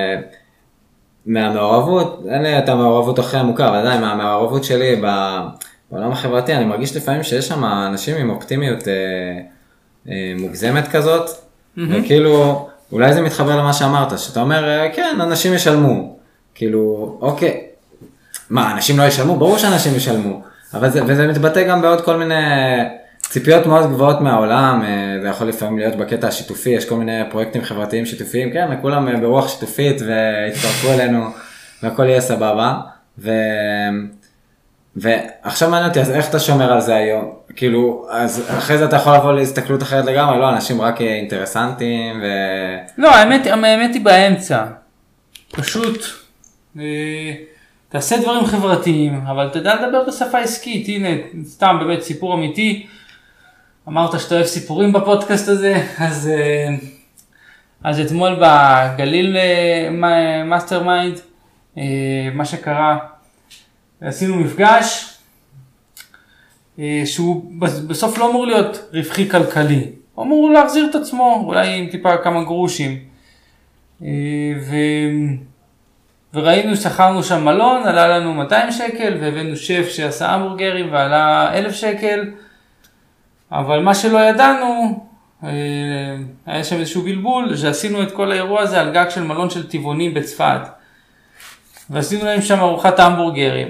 מהמעורבות, אין לי את המעורבות אחרי המוכר, אבל עדיין מהמעורבות שלי בעולם החברתי, אני מרגיש לפעמים שיש שם אנשים עם אופטימיות מוגזמת כזאת, וכאילו אולי זה מתחבר למה שאמרת, שאתה אומר, כן, אנשים ישלמו, כאילו, אוקיי, מה, אנשים לא ישלמו? ברור שאנשים ישלמו, אבל וזה מתבטא גם בעוד כל מיני ציפיות מאוד גבוהות מהעולם, זה יכול לפעמים להיות בקטע השיתופי, יש כל מיני פרויקטים חברתיים שיתופיים, כן, כולם ברוח שיתופית והצטרפו אלינו, והכל יהיה סבבה, ועכשיו מעניין אותי, אז איך אתה שומר על זה היום? כאילו, אז אחרי זה אתה יכול לבוא להסתכלות אחרת לגמרי, לא, אנשים רק אינטרסנטים לא, האמת היא באמצע. פשוט, תעשה דברים חברתיים, אבל תדע לדבר בשפה עסקית. הנה, סתם באמת סיפור אמיתי. אמרת שאתה אוהב סיפורים בפודקאסט הזה, אז אתמול בגליל מאסטר מיינד, מה שקרה, עשינו מפגש, שהוא בסוף לא אמור להיות רווחי כלכלי, הוא אמור להחזיר את עצמו, אולי עם טיפה כמה גרושים. וראינו, שכרנו שם מלון, עלה לנו 200 שקל, והבאנו שף שעשה המבורגרים ועלה 1,000 שקל, אבל מה שלא ידענו, היה שם איזשהו בלבול, שעשינו את כל האירוע הזה על גג של מלון של טבעונים בצפת, ועשינו להם שם ארוחת המבורגרים,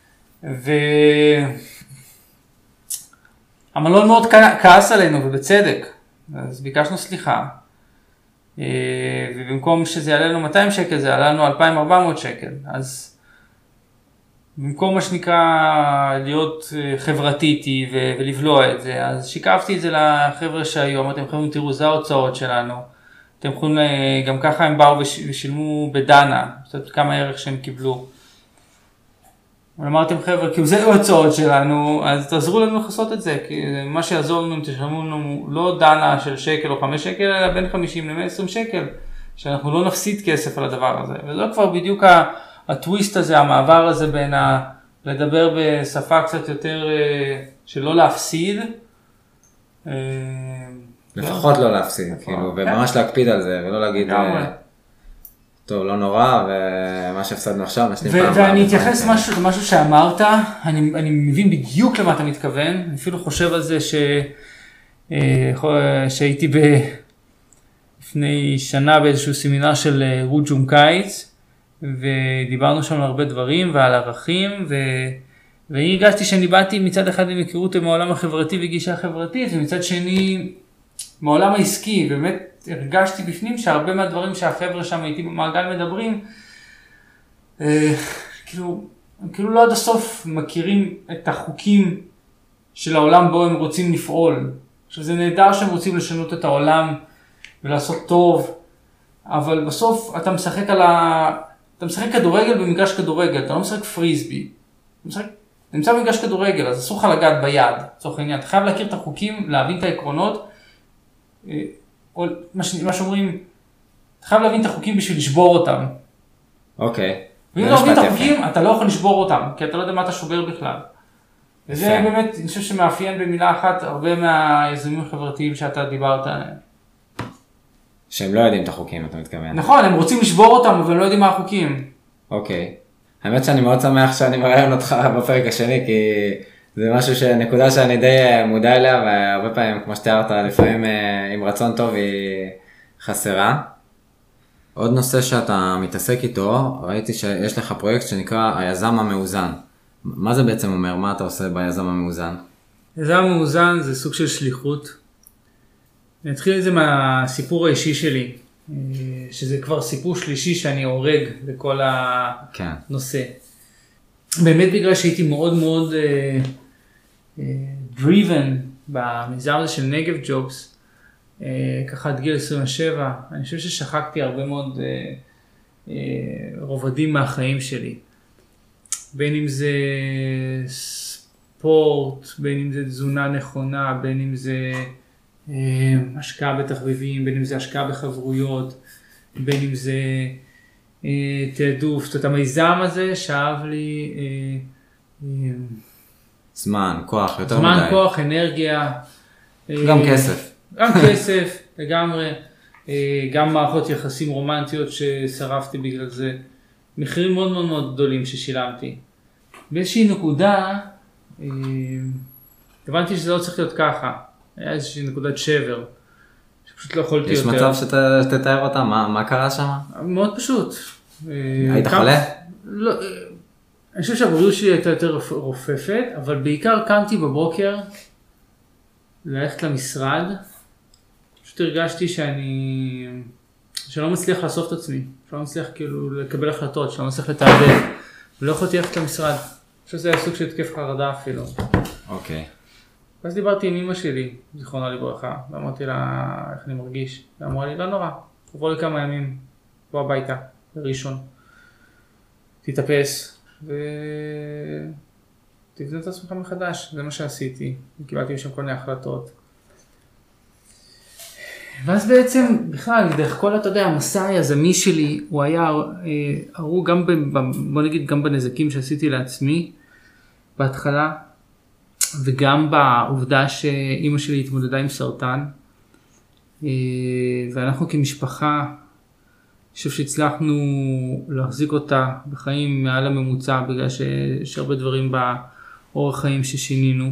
והמלון מאוד כעס עלינו, ובצדק, אז ביקשנו סליחה, ובמקום שזה יעלה לנו 200 שקל, זה יעלה לנו 2,400 שקל, אז במקום מה שנקרא להיות חברתיתי ולבלוע את זה, אז שיקפתי את זה לחבר'ה שהיו, אמרתי, אתם יכולים תראו, זה ההוצאות שלנו, אתם יכולים, גם ככה הם באו ושילמו בדנה, זאת אומרת כמה ערך שהם קיבלו. אבל אמרתם חבר'ה, כאילו זה ההוצאות שלנו, אז תעזרו לנו לחסות את זה, כי מה שיעזור לנו, תשלמו לנו לא דנה של שקל או 5 שקל, אלא בין 50 ל-120 שקל, שאנחנו לא נפסיד כסף על הדבר הזה. וזה כבר בדיוק הטוויסט הזה, המעבר הזה בין לדבר בשפה קצת יותר שלא להפסיד. לפחות לא להפסיד, כאילו, וממש להקפיד על זה, ולא להגיד, טוב, לא נורא, ומה שהפסדנו עכשיו, נשלים פעם. ואני אתייחס משהו שאמרת, אני מבין בדיוק למה אתה מתכוון, אני אפילו חושב על זה שהייתי לפני שנה באיזשהו סמינר של רוג'ום קיץ, ודיברנו שם על הרבה דברים ועל ערכים, ואני הרגשתי שאני באתי מצד אחד עם היכרות מהעולם החברתי וגישה חברתית, ומצד שני מהעולם העסקי, ובאמת הרגשתי בפנים שהרבה מהדברים שהחבר'ה שם איתי במעגל מדברים, כאילו לא עד הסוף מכירים את החוקים של העולם בו הם רוצים לפעול. עכשיו זה נהדר שהם רוצים לשנות את העולם ולעשות טוב, אבל בסוף אתה משחק אתה משחק כדורגל במגרש כדורגל, אתה לא משחק פריסבי. אתה נמצא במגרש כדורגל, אז אסור לך לגעת ביד, לצורך העניין. אתה חייב להכיר את החוקים, להבין את העקרונות, או מה שאומרים, אתה חייב להבין את החוקים בשביל לשבור אותם. אוקיי. ואם לא מבין את החוקים, אתה לא יכול לשבור אותם, כי אתה לא יודע מה אתה שובר בכלל. וזה באמת, אני חושב שמאפיין במילה אחת, הרבה מהיזמים החברתיים שאתה דיברת עליהם. שהם לא יודעים את החוקים, אתה מתכוון. נכון, הם רוצים לשבור אותם, אבל הם לא יודעים מה החוקים. אוקיי. האמת שאני מאוד שמח שאני מראיין אותך בפרק השני, כי זה משהו נקודה שאני די מודע אליה, והרבה פעמים, כמו שתיארת, לפעמים עם רצון טוב היא חסרה. עוד נושא שאתה מתעסק איתו, ראיתי שיש לך פרויקט שנקרא היזם המאוזן. מה זה בעצם אומר? מה אתה עושה ביזם המאוזן? היזם המאוזן זה סוג של שליחות. אני אתחיל את זה מהסיפור האישי שלי, שזה כבר סיפור שלישי שאני הורג לכל הנושא. באמת בגלל שהייתי מאוד מאוד driven במיזם הזה של נגב ג'ובס, ככה עד גיל 27, אני חושב ששכחתי הרבה מאוד רובדים מהחיים שלי. בין אם זה ספורט, בין אם זה תזונה נכונה, בין אם זה השקעה בתחביבים, בין אם זה השקעה בחברויות, בין אם זה תעדוף. זאת אומרת, המיזם הזה שאב לי זמן, כוח, יותר זמן, מדי. כוח, אנרגיה. גם כסף. גם כסף, לגמרי. גם מערכות יחסים רומנטיות ששרפתי בגלל זה. מחירים מאוד מאוד מאוד גדולים ששילמתי. באיזושהי נקודה, הבנתי שזה לא צריך להיות ככה. היה איזושהי נקודת שבר, שפשוט לא יכולתי יותר. יש מצב שתתאר אותה? מה קרה שם? מאוד פשוט. היית חולה? לא, אני חושב שהבריאות שלי הייתה יותר רופפת, אבל בעיקר קמתי בבוקר ללכת למשרד, פשוט הרגשתי שלא מצליח לאסוף את עצמי, שלא מצליח כאילו לקבל החלטות, שלא מצליח לתעדף, ולא יכולתי ללכת למשרד. אני חושב שזה היה סוג של התקף חרדה אפילו. אוקיי. ואז דיברתי עם אמא שלי, זיכרונה לברכה, ואמרתי לה איך אני מרגיש. היא אמרה לי, לא נורא, תבוא לי כמה ימים, בוא הביתה, בראשון. תתאפס, ותבנה את עצמך מחדש, זה מה שעשיתי. קיבלתי משם כל מיני החלטות. ואז בעצם, בכלל, דרך כל, אתה יודע, המסע היזמי שלי, הוא היה ארוך גם, בוא נגיד, גם בנזקים שעשיתי לעצמי, בהתחלה. וגם בעובדה שאימא שלי התמודדה עם סרטן, ואנחנו כמשפחה, אני חושב שהצלחנו להחזיק אותה בחיים מעל הממוצע, בגלל שיש הרבה דברים באורח חיים ששינינו.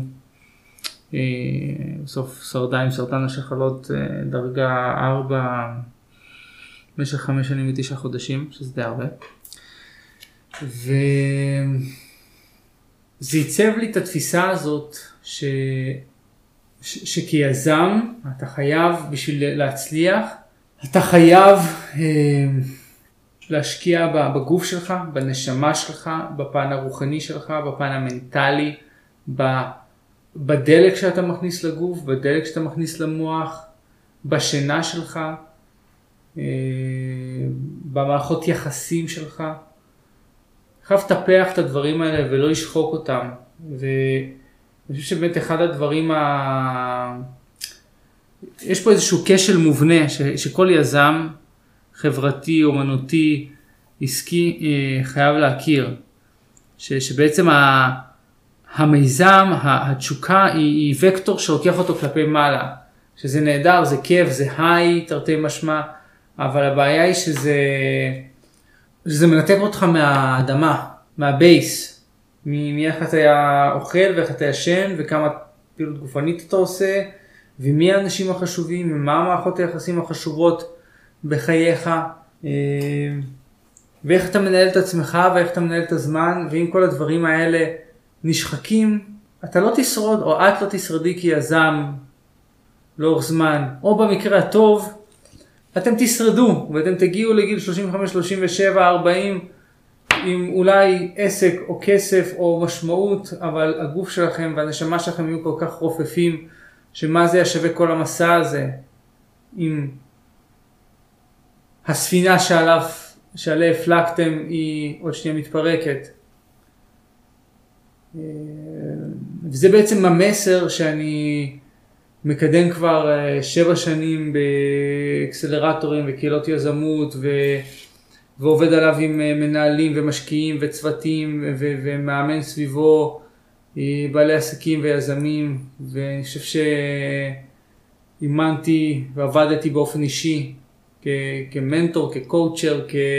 בסוף שרדה עם סרטן השחלות דרגה 4 במשך 5 שנים ו9 חודשים, שזה די הרבה. וזה ייצב לי את התפיסה הזאת שכיזם אתה חייב, בשביל להצליח, אתה חייב להשקיע בגוף שלך, בנשמה שלך, בפן הרוחני שלך, בפן המנטלי, בדלק שאתה מכניס לגוף, בדלק שאתה מכניס למוח, בשינה שלך, במערכות יחסים שלך. חייב לטפח את הדברים האלה ולא לשחוק אותם. ואני חושב שבאמת אחד הדברים יש פה איזשהו כשל מובנה שכל יזם חברתי, אומנותי, עסקי חייב להכיר. שבעצם המיזם, התשוקה היא וקטור שלוקח אותו כלפי מעלה. שזה נהדר, זה כיף, זה היי, תרתי משמע, אבל הבעיה היא שזה מנתק אותך מהאדמה, מהבייס, מאיך אתה אוכל ואיך אתה ישן וכמה פעילות גופנית אתה עושה, ומי האנשים החשובים ומה המערכות היחסים החשובות בחייך, ואיך אתה מנהל את עצמך ואיך אתה מנהל את הזמן, ואם כל הדברים האלה נשחקים, אתה לא תשרוד או את לא תשרדי כיזם לאורך זמן, או במקרה הטוב, אתם תשרדו ואתם תגיעו לגיל 35, 37, 40 עם אולי עסק או כסף או משמעות, אבל הגוף שלכם והנשמה שלכם יהיו כל כך רופפים, שמה זה ישווה כל המסע הזה עם הספינה שעליה הפלגתם היא עוד שנייה מתפרקת. וזה בעצם המסר שאני מקדם כבר 7 שנים באקסלרטורים וקהילות יזמות ועובד עליו עם מנהלים ומשקיעים וצוותים ומאמן סביבו בעלי עסקים ויזמים, ואני חושב שאימנתי ועבדתי באופן אישי כמנטור, כקואוצ'ר,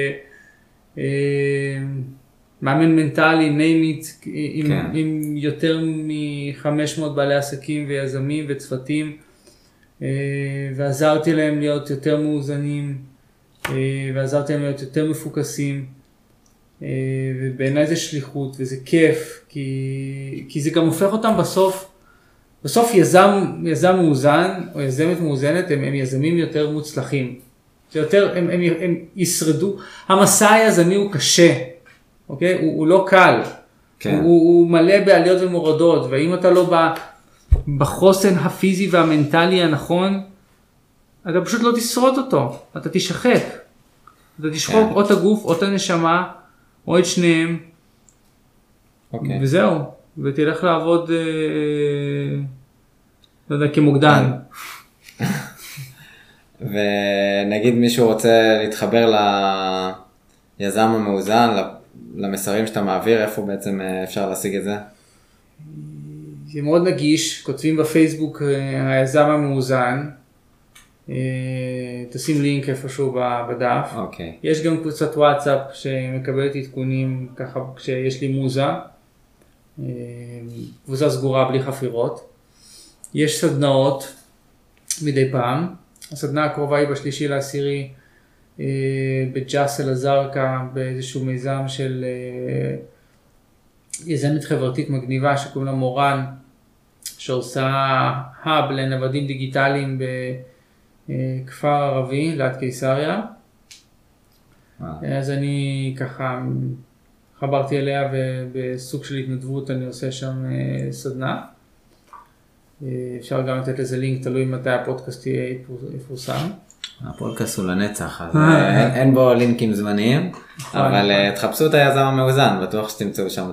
מאמן מנטלי, name it, עם יותר מ-500 בעלי עסקים ויזמים וצוותים, ועזרתי להם להיות יותר מאוזנים, ועזרתי להם להיות יותר מפוקסים, ובעיניי זה שליחות וזה כיף, כי זה גם הופך אותם בסוף יזם מאוזן או יזמת מאוזנת, הם יזמים יותר מוצלחים, הם ישרדו. המסע היזמי הוא קשה, אוקיי? הוא לא קל, כן. הוא מלא בעליות ומורדות, ואם אתה לא בחוסן הפיזי והמנטלי הנכון, אתה פשוט לא תשרוד אותו, אתה תשחק. אתה תשחוק או את הגוף או את הנשמה, או את שניהם, וזהו, ותלך לעבוד, לא יודע, כמוקדן. ונגיד מישהו רוצה להתחבר ליזם המאוזן, למסרים שאתה מעביר, איפה בעצם אפשר להשיג את זה? זה מאוד נגיש, כותבים בפייסבוק היזם המאוזן, תשים לינק איפשהו בדף. יש גם קבוצת וואטסאפ שמקבלת עדכונים ככה כשיש לי מוזה, קבוצה סגורה בלי חפירות. יש סדנאות מדי פעם, הסדנה הקרובה היא ב3/10 בג'סר א-זרקא, באיזשהו מיזם של יזמת חברתית מגניבה שקוראים לה מורן, שעושה האב לנוודים דיגיטליים בכפר ערבי ליד קיסריה. אז אני ככה חברתי אליה ובסוג של התנדבות אני עושה שם סדנה. אפשר גם לתת לזה לינק, תלוי מתי הפודקאסט יפורסם. הפודקאסט הוא לנצח, אז אין בו לינקים זמניים, אבל תחפשו את היזם המאוזן, בטוח שתמצאו שם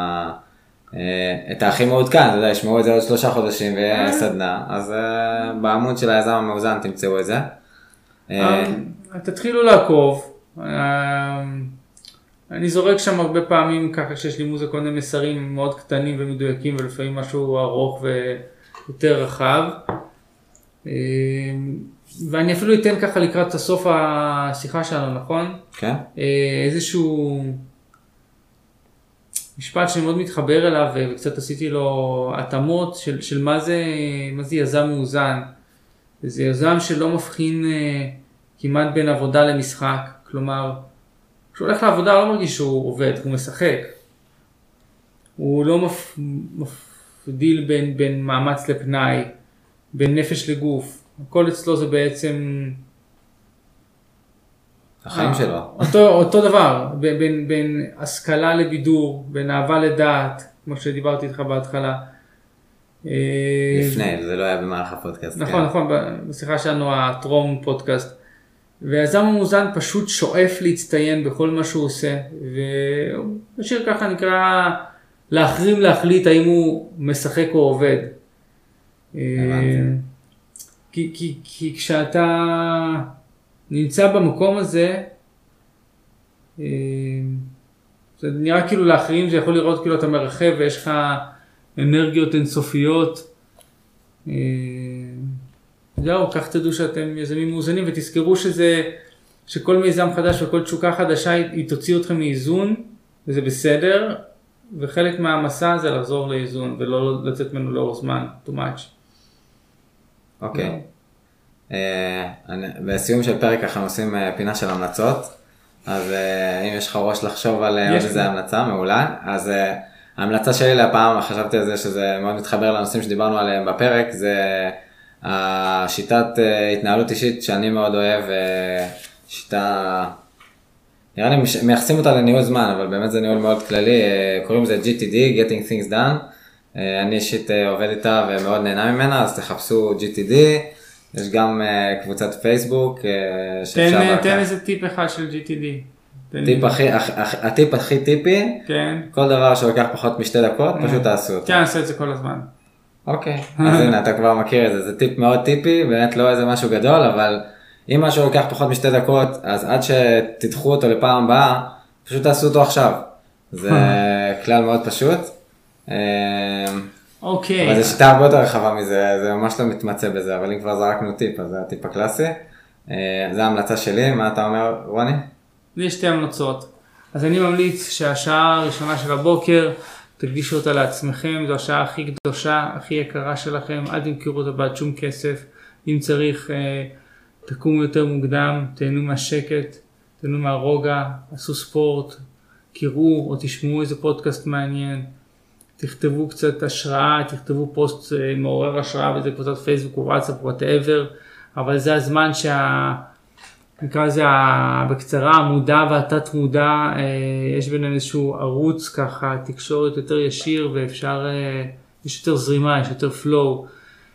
את הכי מעודכן, אתה יודע, ישמעו את זה עוד 3 חודשים וסדנה, אז בעמוד של היזם המאוזן תמצאו את זה. תתחילו לעקוב, אני זורק שם הרבה פעמים ככה שיש לי מוזיקה, כל מיני מסרים מאוד קטנים ומדויקים ולפעמים משהו ארוך ויותר רחב. ואני אפילו אתן ככה לקראת הסוף השיחה שלנו, נכון? כן. איזשהו משפט שאני מאוד מתחבר אליו וקצת עשיתי לו התאמות של מה זה יזם מאוזן. זה יזם שלא מבחין כמעט בין עבודה למשחק, כלומר, כשהוא הולך לעבודה הוא לא מרגיש שהוא עובד, הוא משחק. הוא לא מבדיל בין מאמץ לפנאי, בין נפש לגוף. הכל אצלו זה בעצם החיים שלו. אותו דבר, בין השכלה לבידור, בין אהבה לדעת, כמו שדיברתי איתך בהתחלה. לפני, זה לא היה במהלך הפודקאסט. נכון, נכון, בשיחה שלנו הטרום פודקאסט. והיזם המאוזן פשוט שואף להצטיין בכל מה שהוא עושה, והוא משאיר ככה נקרא להחליט האם הוא משחק או עובד. כי כשאתה נמצא במקום הזה, זה נראה כאילו לאחרים זה יכול לראות כאילו אתה מרחב ויש לך אנרגיות אינסופיות. זהו, כך תדעו שאתם יזמים מאוזנים ותזכרו שכל מיזם חדש וכל תשוקה חדשה היא תוציא אתכם מאיזון וזה בסדר, וחלק מהמסע זה לחזור לאיזון ולא לצאת ממנו לאור זמן, too much. אוקיי. בסיום של פרק אנחנו עושים פינה של המלצות, אז אם יש לך ראש לחשוב על איזה המלצה, מעולה. אז ההמלצה שלי להפעם, חשבתי על זה שזה מאוד מתחבר לנושאים שדיברנו עליהם בפרק, זה השיטת התנהלות אישית שאני מאוד אוהב, שיטה, נראה לי מייחסים אותה לניהול זמן, אבל באמת זה ניהול מאוד כללי, קוראים לזה GTD, Getting Things Done, אני אישית עובד איתה ומאוד נהנה ממנה, אז תחפשו GTD, יש גם קבוצת פייסבוק, תן איזה טיפ אחד של GTD. הטיפ הכי טיפי, כל דבר שלוקח פחות משתי דקות, פשוט תעשו אותו. כן, עושה את זה כל הזמן. אוקיי, אז הנה, אתה כבר מכיר את זה, זה טיפ מאוד טיפי, באמת לא איזה משהו גדול, אבל אם משהו לוקח פחות משתי דקות, אז עד שתדחו אותו לפעם הבאה, פשוט תעשו אותו עכשיו. זה כלל מאוד פשוט. אוקיי. אבל זו שיטה הרבה יותר רחבה מזה, זה ממש לא מתמצא בזה, אבל אם כבר זרקנו טיפ, אז זה הטיפ הקלאסי. זה ההמלצה שלי, מה אתה אומר, רוני? לי יש שתי המלצות. אז אני ממליץ שהשעה הראשונה של הבוקר, תקדישו אותה לעצמכם, זו השעה הכי קדושה, הכי יקרה שלכם, אל תמכרו אותה בעד שום כסף. אם צריך, תקומו יותר מוקדם, תהנו מהשקט, תהנו מהרוגע, עשו ספורט, קראו או תשמעו איזה פודקאסט מעניין, תכתבו קצת השראה, תכתבו פוסט מעורר השראה באיזה קבוצת פייסבוק או וואטסאפ, whatever, אבל זה הזמן נקרא לזה בקצרה, המודע והתת מודע, יש ביניהם איזשהו ערוץ ככה, תקשורת יותר ישיר ואפשר, יש יותר זרימה, יש יותר flow.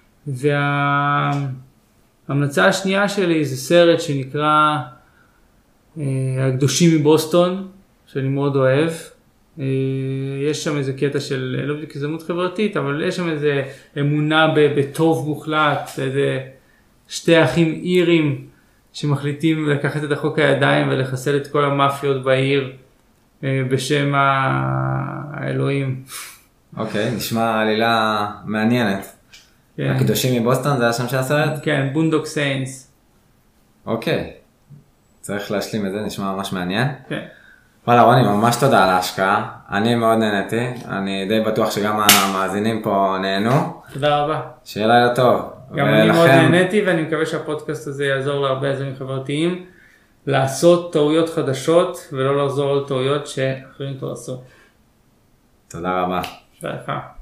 וההמלצה השנייה שלי זה סרט שנקרא הקדושים מבוסטון, שאני מאוד אוהב. יש שם איזה קטע של, לא בדיוק הזדמנות חברתית, אבל יש שם איזה אמונה בטוב מוחלט, איזה שתי אחים אירים, שמחליטים לקחת את החוק הידיים ולחסל את כל המאפיות בעיר בשם האלוהים. אוקיי, נשמע עלילה מעניינת. כן. הקדושים מבוסטון זה השם של הסרט? כן, בונדוק סיינס. אוקיי, צריך להשלים את זה, נשמע ממש מעניין. כן. וואלה רוני, ממש תודה על ההשקעה, אני מאוד נהניתי, אני די בטוח שגם המאזינים פה נהנו. תודה רבה. שיהיה לילה טוב. גם אני מאוד נהניתי ואני מקווה שהפודקאסט הזה יעזור להרבה יזמים חברתיים לעשות טעויות חדשות ולא לחזור על טעויות שאחרים כבר עשו. תודה רבה. תודה לך.